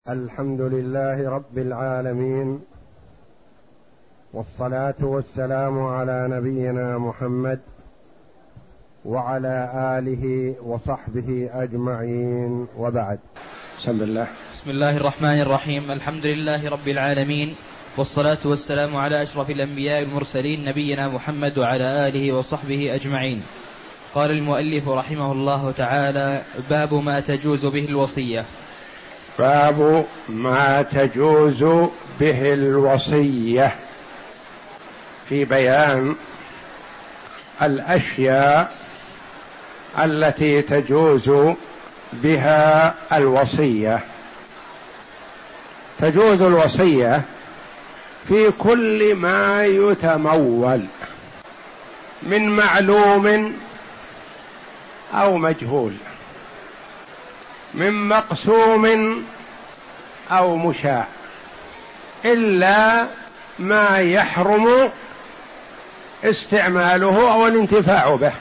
الحمد لله رب العالمين، والصلاة والسلام على نبينا محمد وعلى آله وصحبه أجمعين، وبعد. بسم الله الرحمن الرحيم. الحمد لله رب العالمين، والصلاة والسلام على أشرف الأنبياء والمرسلين نبينا محمد وعلى آله وصحبه أجمعين. قال المؤلف رحمه الله تعالى: باب ما تجوز به الوصية. باب ما تجوز به الوصية، في بيان الأشياء التي تجوز بها الوصية. تجوز الوصية في كل ما يتمول من معلوم أو مجهول، من مقسوم أو مشاع، إلا ما يحرم استعماله أو الانتفاع به،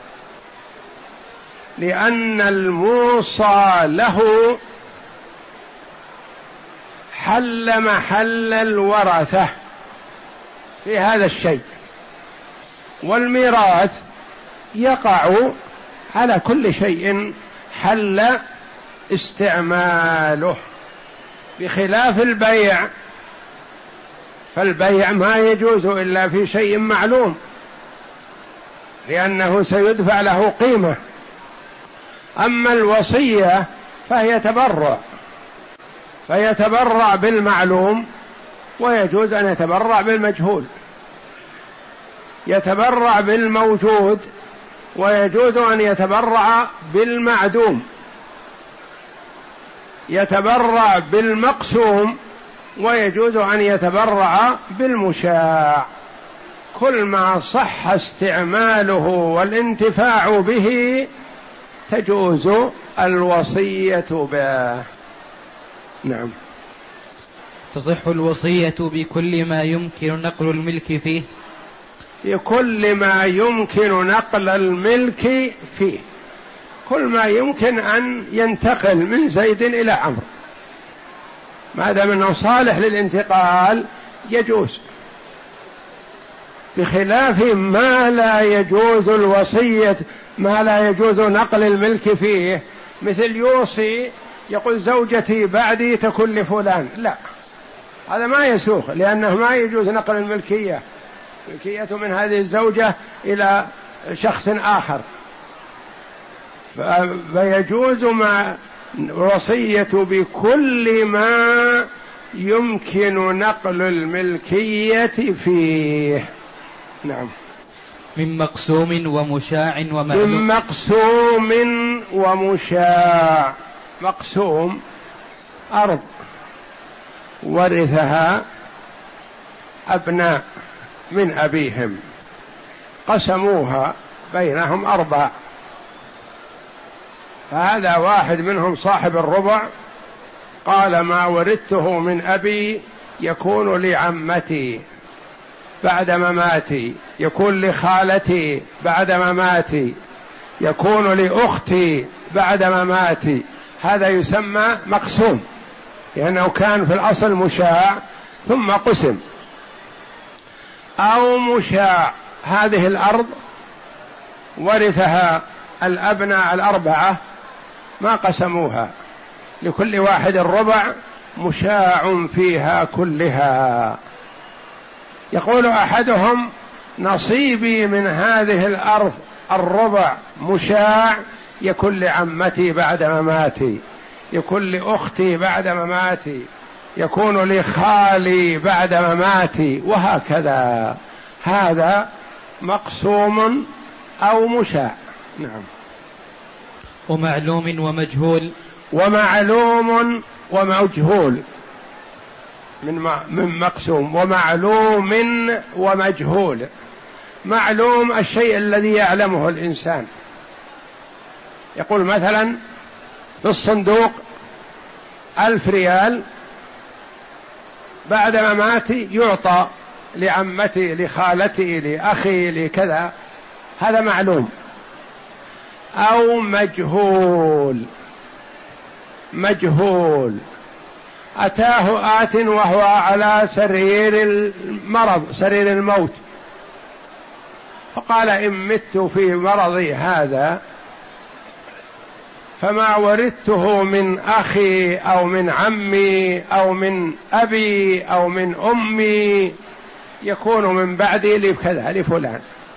لأن الموصى له حل محل الورثة في هذا الشيء، والميراث يقع على كل شيء حل استعماله، بخلاف البيع، فالبيع ما يجوز إلا في شيء معلوم، لأنه سيدفع له قيمة. أما الوصية فهي فيتبرع بالمعلوم، ويجوز أن يتبرع بالمجهول، يتبرع بالموجود، ويجوز أن يتبرع بالمعدوم، يتبرع بالمقسوم، ويجوز أن يتبرع بالمشاع. كل ما صح استعماله والانتفاع به تجوز الوصية به. نعم. تصح الوصية بكل ما يمكن نقل الملك فيه. بكل ما يمكن نقل الملك فيه، كل ما يمكن أن ينتقل من زيد إلى عمرو ما دام أنه صالح للانتقال يجوز، بخلاف ما لا يجوز الوصية، ما لا يجوز نقل الملك فيه، مثل يوصي يقول زوجتي بعدي تكن لفلان، لا، هذا ما يسوق، لأنه ما يجوز نقل الملكية من هذه الزوجة إلى شخص آخر، فيجوز مع الوصية بكل ما يمكن نقل الملكية فيه. نعم. من مقسوم ومشاع ومعلوم. من مقسوم ومشاع. مقسوم أرض ورثها أبناء من أبيهم، قسموها بينهم 4، فهذا واحد منهم صاحب الربع، قال ما ورثته من أبي يكون لعمتي بعد مماتي، يكون لخالتي بعد مماتي، يكون لأختي بعد مماتي. هذا يسمى مقسوم، لأنه كان في الأصل مشاع ثم قسم. أو مشاع، هذه الأرض ورثها الأبناء 4 ما قسموها، لكل واحد الربع، مشاع فيها كلها. يقول أحدهم نصيبي من هذه الأرض الربع مشاع، يكون لعمتي بعد مماتي، يكون لأختي بعد مماتي، يكون لخالي بعد مماتي، وهكذا. هذا مقسوم أو مشاع. نعم. ومعلوم ومجهول. ومعلوم ومجهول من مقسوم. ومعلوم ومجهول. معلوم الشيء الذي يعلمه الإنسان، يقول مثلا في الصندوق 1000 ريال، بعد مماتي يعطى لعمتي لخالتي لأخي لكذا، هذا معلوم. أو مجهول. أتاه آت وهو على سرير المرض، سرير الموت، فقال إن مت في مرضي هذا فما ورثته من أخي أو من عمي أو من أبي أو من أمي يكون من بعدي لكذا لفلان.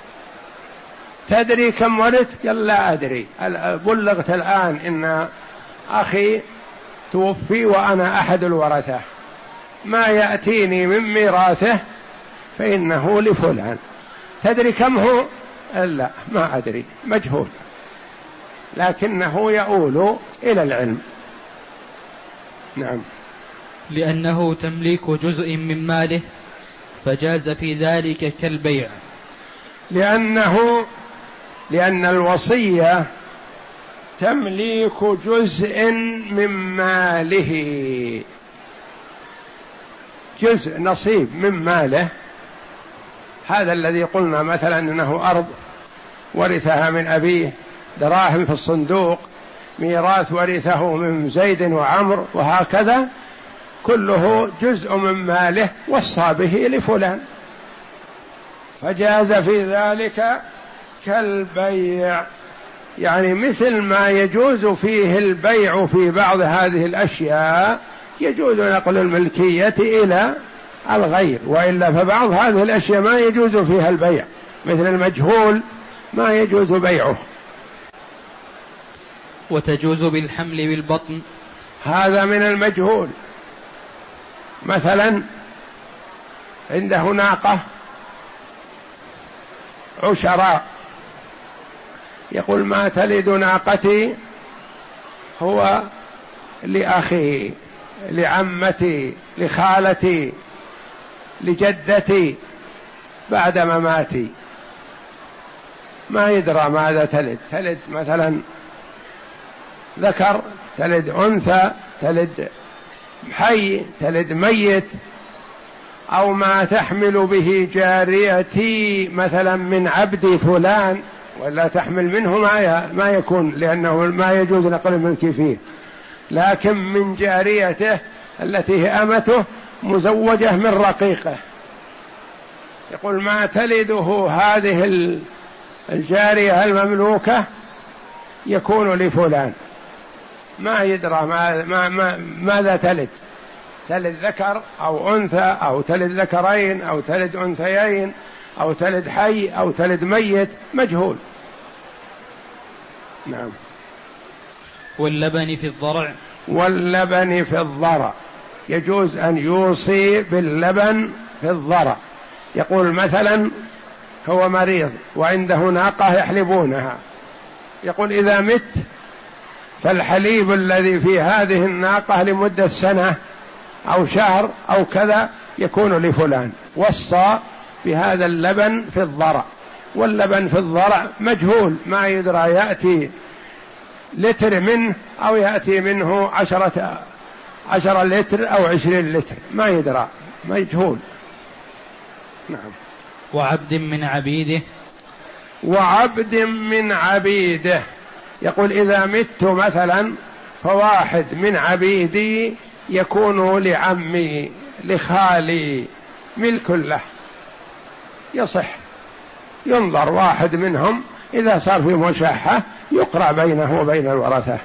تدري كم ورث؟ قال لا أدري، بلغت الآن إن أخي توفي وأنا أحد الورثة، ما يأتيني من ميراثه فإنه لفلان. تدري كم هو؟ لا ما أدري، مجهول، لكنه يؤول إلى العلم. نعم. لأنه تمليك جزء من ماله فجاز في ذلك كالبيع. لأن الوصية تمليك جزء من ماله، جزء نصيب من ماله. هذا الذي قلنا مثلا أنه أرض ورثها من أبيه، دراهم في الصندوق، ميراث ورثه من زيد وعمر، وهكذا كله جزء من ماله وصى به لفلان، فجاز في ذلك كالبيع. يعني مثل ما يجوز فيه البيع في بعض هذه الأشياء يجوز نقل الملكية إلى الغير، وإلا فبعض هذه الأشياء ما يجوز فيها البيع، مثل المجهول ما يجوز بيعه. وتجوز بالحمل بالبطن، هذا من المجهول. مثلا عنده ناقة عشراء، يقول ما تلد ناقتي هو لأخي، لعمتي، لخالتي، لجدتي بعد مماتي، ما يدرى ماذا تلد، تلد مثلا ذكر، تلد أنثى، تلد حي، تلد ميت، أو ما تحمل به جاريتي مثلا من عبد فلان، ولا تحمل منه ما يكون، لأنه ما يجوز نقل الملك فيه، لكن من جاريته التي هي أمته مزوجة من رقيقه، يقول ما تلده هذه الجارية المملوكة يكون لفلان، ما يدرى ماذا تلد، تلد ذكر أو أنثى، أو تلد ذكرين أو تلد أنثيين، أو تلد حي أو تلد ميت، مجهول. نعم. واللبن في الضرع، واللبن في الضرع يجوز أن يوصي باللبن في الضرع. يقول مثلا هو مريض وعنده ناقة يحلبونها، يقول إذا مت فالحليب الذي في هذه الناقة لمدة سنة أو شهر أو كذا يكون لفلان، وصى بهذا اللبن في الضرع. واللبن في الضرع مجهول، ما يدرى يأتي لتر منه أو يأتي منه 10 لتر أو 20 لتر، ما يدرى، مجهول. نعم. وعبد من عبيده، وعبد من عبيده، يقول إذا مت مثلا فواحد من عبيدي يكون لعمي لخالي ملك له، يصح، ينظر واحد منهم إذا صار في مشاحة يقرأ بينه وبين الورثة.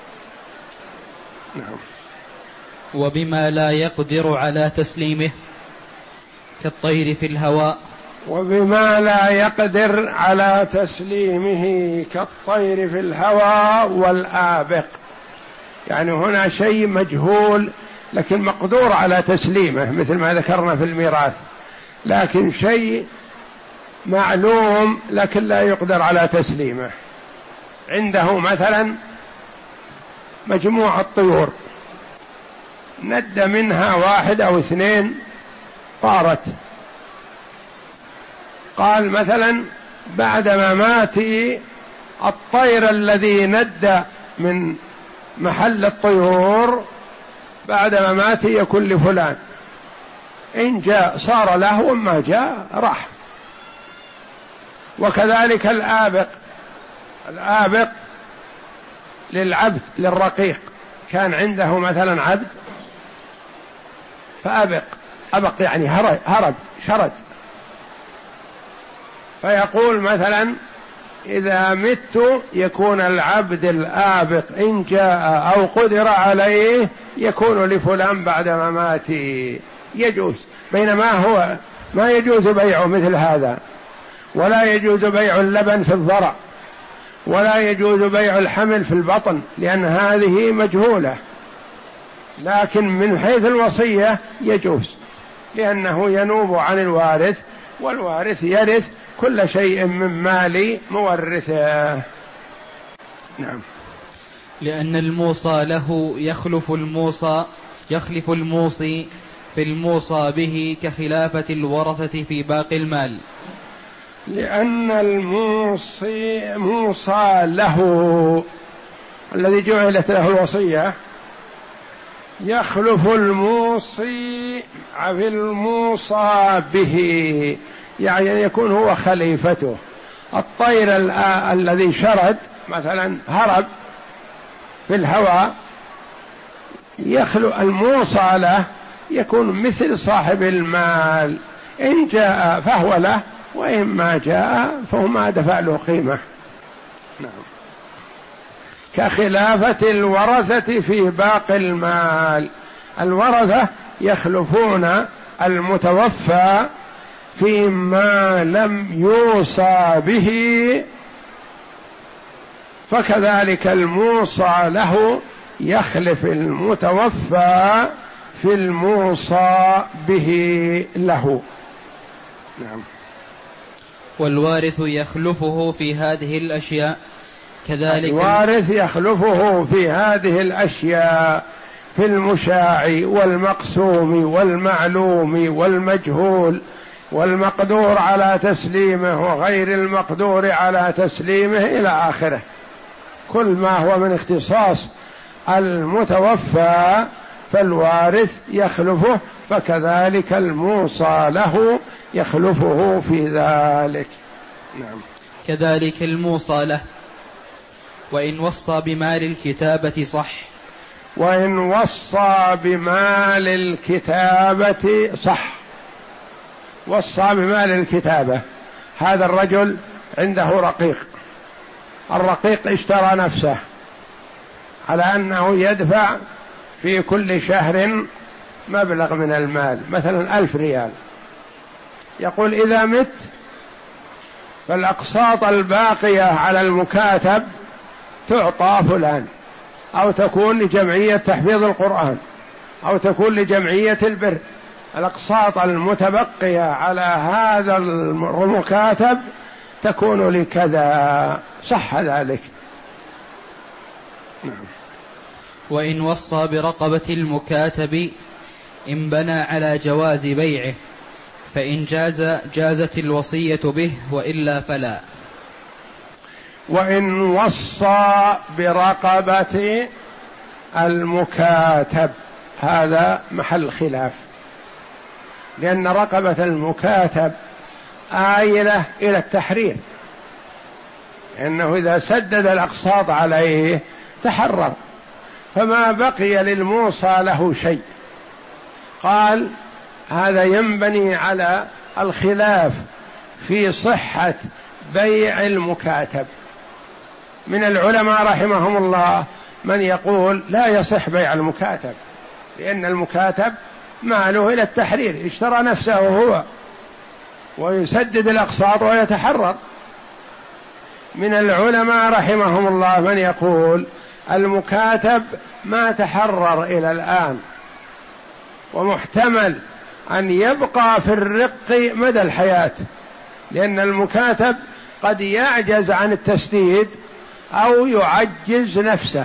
نعم. وبما لا يقدر على تسليمه كالطير في الهواء، وبما لا يقدر على تسليمه كالطير في الهواء والآبق، يعني هنا شيء مجهول لكن مقدور على تسليمه مثل ما ذكرنا في الميراث، لكن شيء معلوم لكن لا يقدر على تسليمه. عنده مثلا مجموعة طيور، ند منها 1 أو 2 طارت، قال مثلا بعد مماتي الطير الذي ند من محل الطيور بعد مماتي يكون لفلان، إن جاء صار له وما جاء راح. وكذلك الآبق للعبد للرقيق، كان عنده مثلا عبد أبق يعني هرب شرد، فيقول مثلا إذا مت يكون العبد الآبق إن جاء أو قدر عليه يكون لفلان بعد مماتي، يجوز. بينما هو ما يجوز بيعه مثل هذا، ولا يجوز بيع اللبن في الضرع، ولا يجوز بيع الحمل في البطن، لأن هذه مجهولة. لكن من حيث الوصية يجوز، لأنه ينوب عن الوارث، والوارث يرث كل شيء من مال مورثه. نعم. لأن الموصى له يخلف الموصي في الموصى به كخلافة الورثة في باقي المال. لأن موصى له الذي جعلت له الوصية يخلف الموصي في الموصى به، يعني يكون هو خليفته. الطير الذي شرد مثلا هرب في الهواء، يخلو الموصى له يكون مثل صاحب المال، إن جاء فهو له، وإن ما جاء فهو ما دفع له قيمة. نعم. كخلافة الورثة في باقي المال، الورثة يخلفون المتوفى فيما لم يوصى به، فكذلك الموصى له يخلف المتوفى في الموصى به له. نعم. والوارث يخلفه في هذه الأشياء كذلك. الوارث يخلفه في هذه الأشياء في المشاع والمقسوم والمعلوم والمجهول والمقدور على تسليمه وغير المقدور على تسليمه إلى آخره. كل ما هو من اختصاص المتوفى فالوارث يخلفه، فكذلك الموصى له يخلفه في ذلك. نعم. كذلك الموصى له. وإن وصى بمال الكتابة صح. وإن وصى بمال الكتابة صح. وصى بمال الكتابة، هذا الرجل عنده رقيق، الرقيق اشترى نفسه على أنه يدفع في كل شهر مبلغ من المال، مثلا 1000 ريال، يقول إذا مت فالأقساط الباقية على المكاتب تعطى فلان، أو تكون لجمعية تحفيظ القرآن، أو تكون لجمعية البر. الأقساط المتبقية على هذا المكاتب تكون لكذا، صح ذلك. نعم. وإن وصى برقبة المكاتب إن بنى على جواز بيعه، فإن جازت الوصية به، وإلا فلا. وإن وصى برقبة المكاتب هذا محل خلاف، لأن رقبة المكاتب آيلة إلى التحرير، لأنه إذا سدد الأقساط عليه تحرر، فما بقي للموصى له شيء. قال هذا ينبني على الخلاف في صحة بيع المكاتب. من العلماء رحمهم الله من يقول لا يصح بيع المكاتب، لأن المكاتب ماله إلى التحرير، اشترى نفسه هو ويسدد الأقساط ويتحرر. من العلماء رحمهم الله من يقول المكاتب ما تحرر إلى الآن، ومحتمل أن يبقى في الرق مدى الحياة، لأن المكاتب قد يعجز عن التسديد أو يعجز نفسه،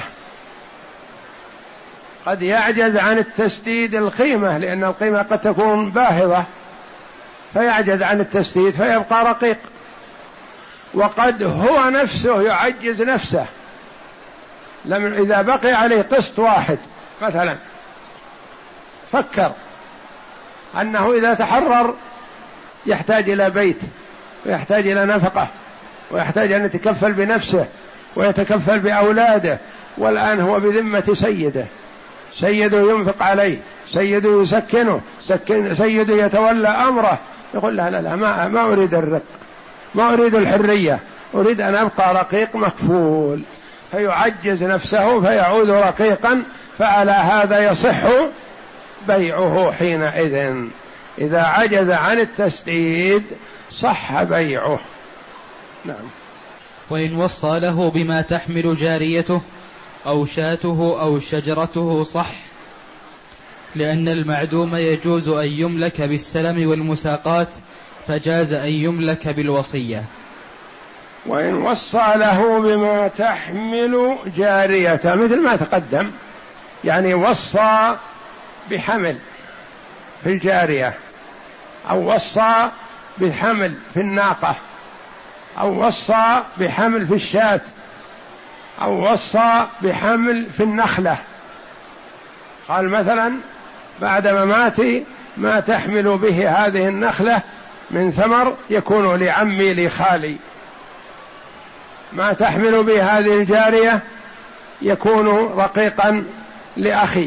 قد يعجز عن التسديد القيمة، لأن القيمة قد تكون باهظة فيعجز عن التسديد فيبقى رقيق، وقد هو نفسه يعجز نفسه. إذا بقي عليه قسط واحد مثلا، فكر أنه إذا تحرر يحتاج إلى بيت، ويحتاج إلى نفقة، ويحتاج أن يتكفل بنفسه ويتكفل بأولاده، والآن هو بذمة سيده ينفق عليه سيده يسكنه، سيده يتولى أمره، يقول لا لا لا، ما أريد الرق، ما أريد الحرية، أريد أن أبقى رقيق مكفول، فيعجز نفسه فيعود رقيقا، فعلى هذا يصح بيعه حينئذ. إذا عجز عن التسديد صح بيعه. نعم. وإن وصى له بما تحمل جاريته أو شاته أو شجرته صح، لأن المعدوم يجوز أن يملك بالسلم والمساقات، فجاز أن يملك بالوصية. وإن وصى له بما تحمل جاريته مثل ما تقدم، يعني وصى بحمل في الجارية، أو وصى بالحمل في الناقة، أو وصى بحمل في الشاة، أو وصى بحمل في النخلة. قال مثلا بعد مماتي ما تحمل به هذه النخلة من ثمر يكون لعمي لخالي، ما تحمل به هذه الجارية يكون رقيقا لأخي،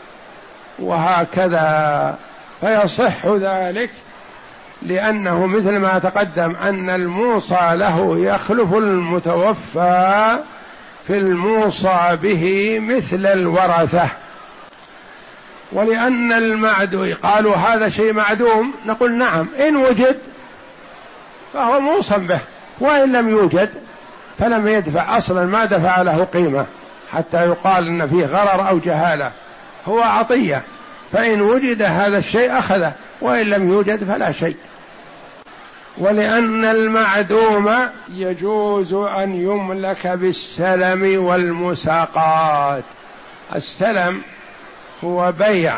وهكذا. فيصح ذلك، لأنه مثل ما تقدم أن الموصى له يخلف المتوفى في الموصى به مثل الورثة. ولأن المعدوم قالوا هذا شيء معدوم، نقول نعم، إن وجد فهو موصى به، وإن لم يوجد فلم يدفع، أصلا ما دفع له قيمة حتى يقال إن فيه غرر أو جهالة، هو عطية، فإن وجد هذا الشيء أخذه، وإن لم يوجد فلا شيء. ولأن المعدوم يجوز أن يملك بالسلم والمساقات. السلم هو بيع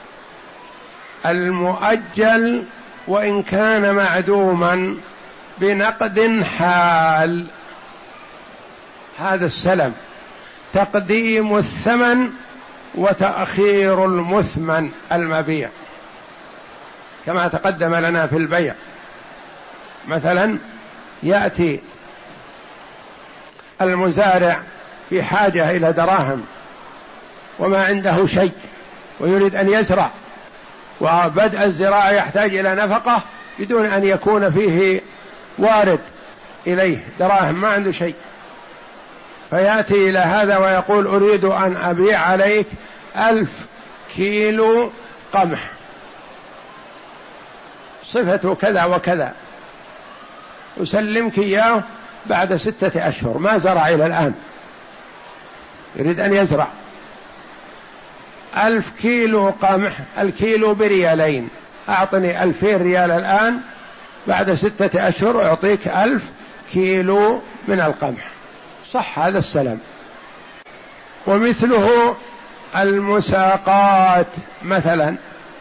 المؤجل وإن كان معدوما بنقد حال، هذا السلم، تقديم الثمن وتأخير المثمن المبيع، كما تقدم لنا في البيع. مثلا يأتي المزارع في حاجة إلى دراهم وما عنده شيء ويريد أن يزرع، وبدء الزراعة يحتاج إلى نفقة بدون أن يكون فيه وارد إليه دراهم، ما عنده شيء، فيأتي إلى هذا ويقول أريد أن أبيع عليك 1000 كيلو قمح صفته كذا وكذا، أسلمك إياه بعد 6 أشهر، ما زرع إلى الآن، يريد أن يزرع 1000 كيلو قمح، الكيلو ب2 أعطني 2000 ريال الآن، بعد 6 أشهر أعطيك 1000 كيلو من القمح، صح هذا السلام. ومثله المساقات، مثلا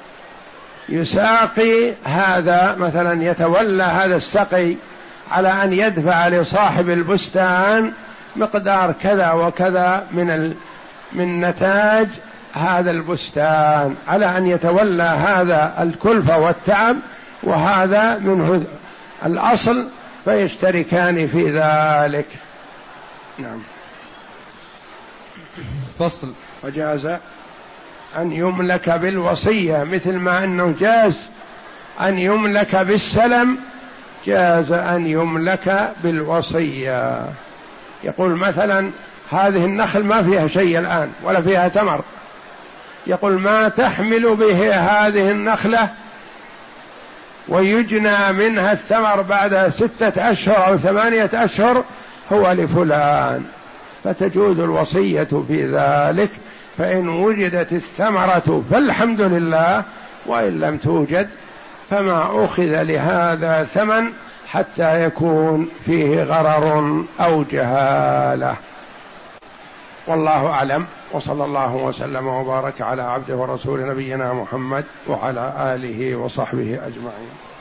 يساقي هذا، مثلا يتولى هذا السقي على أن يدفع لصاحب البستان مقدار كذا وكذا من نتاج هذا البستان، على أن يتولى هذا الكلفة والتعب، وهذا منه الأصل، فيشتركان في ذلك. نعم. فصل. وجاز أن يملك بالوصية، مثل ما أنه جاز أن يملك بالسلم، جاز أن يملك بالوصية. يقول مثلا هذه النخل ما فيها شيء الآن ولا فيها تمر، يقول ما تحمل به هذه النخلة ويجنى منها الثمر بعد 6 أشهر أو 8 أشهر هو لفلان، فتجوز الوصية في ذلك. فإن وجدت الثمرة فالحمد لله، وإن لم توجد فما أخذ لهذا ثمن حتى يكون فيه غرر أو جهالة. والله أعلم، وصلى الله وسلم وبارك على عبده ورسول نبينا محمد وعلى آله وصحبه أجمعين.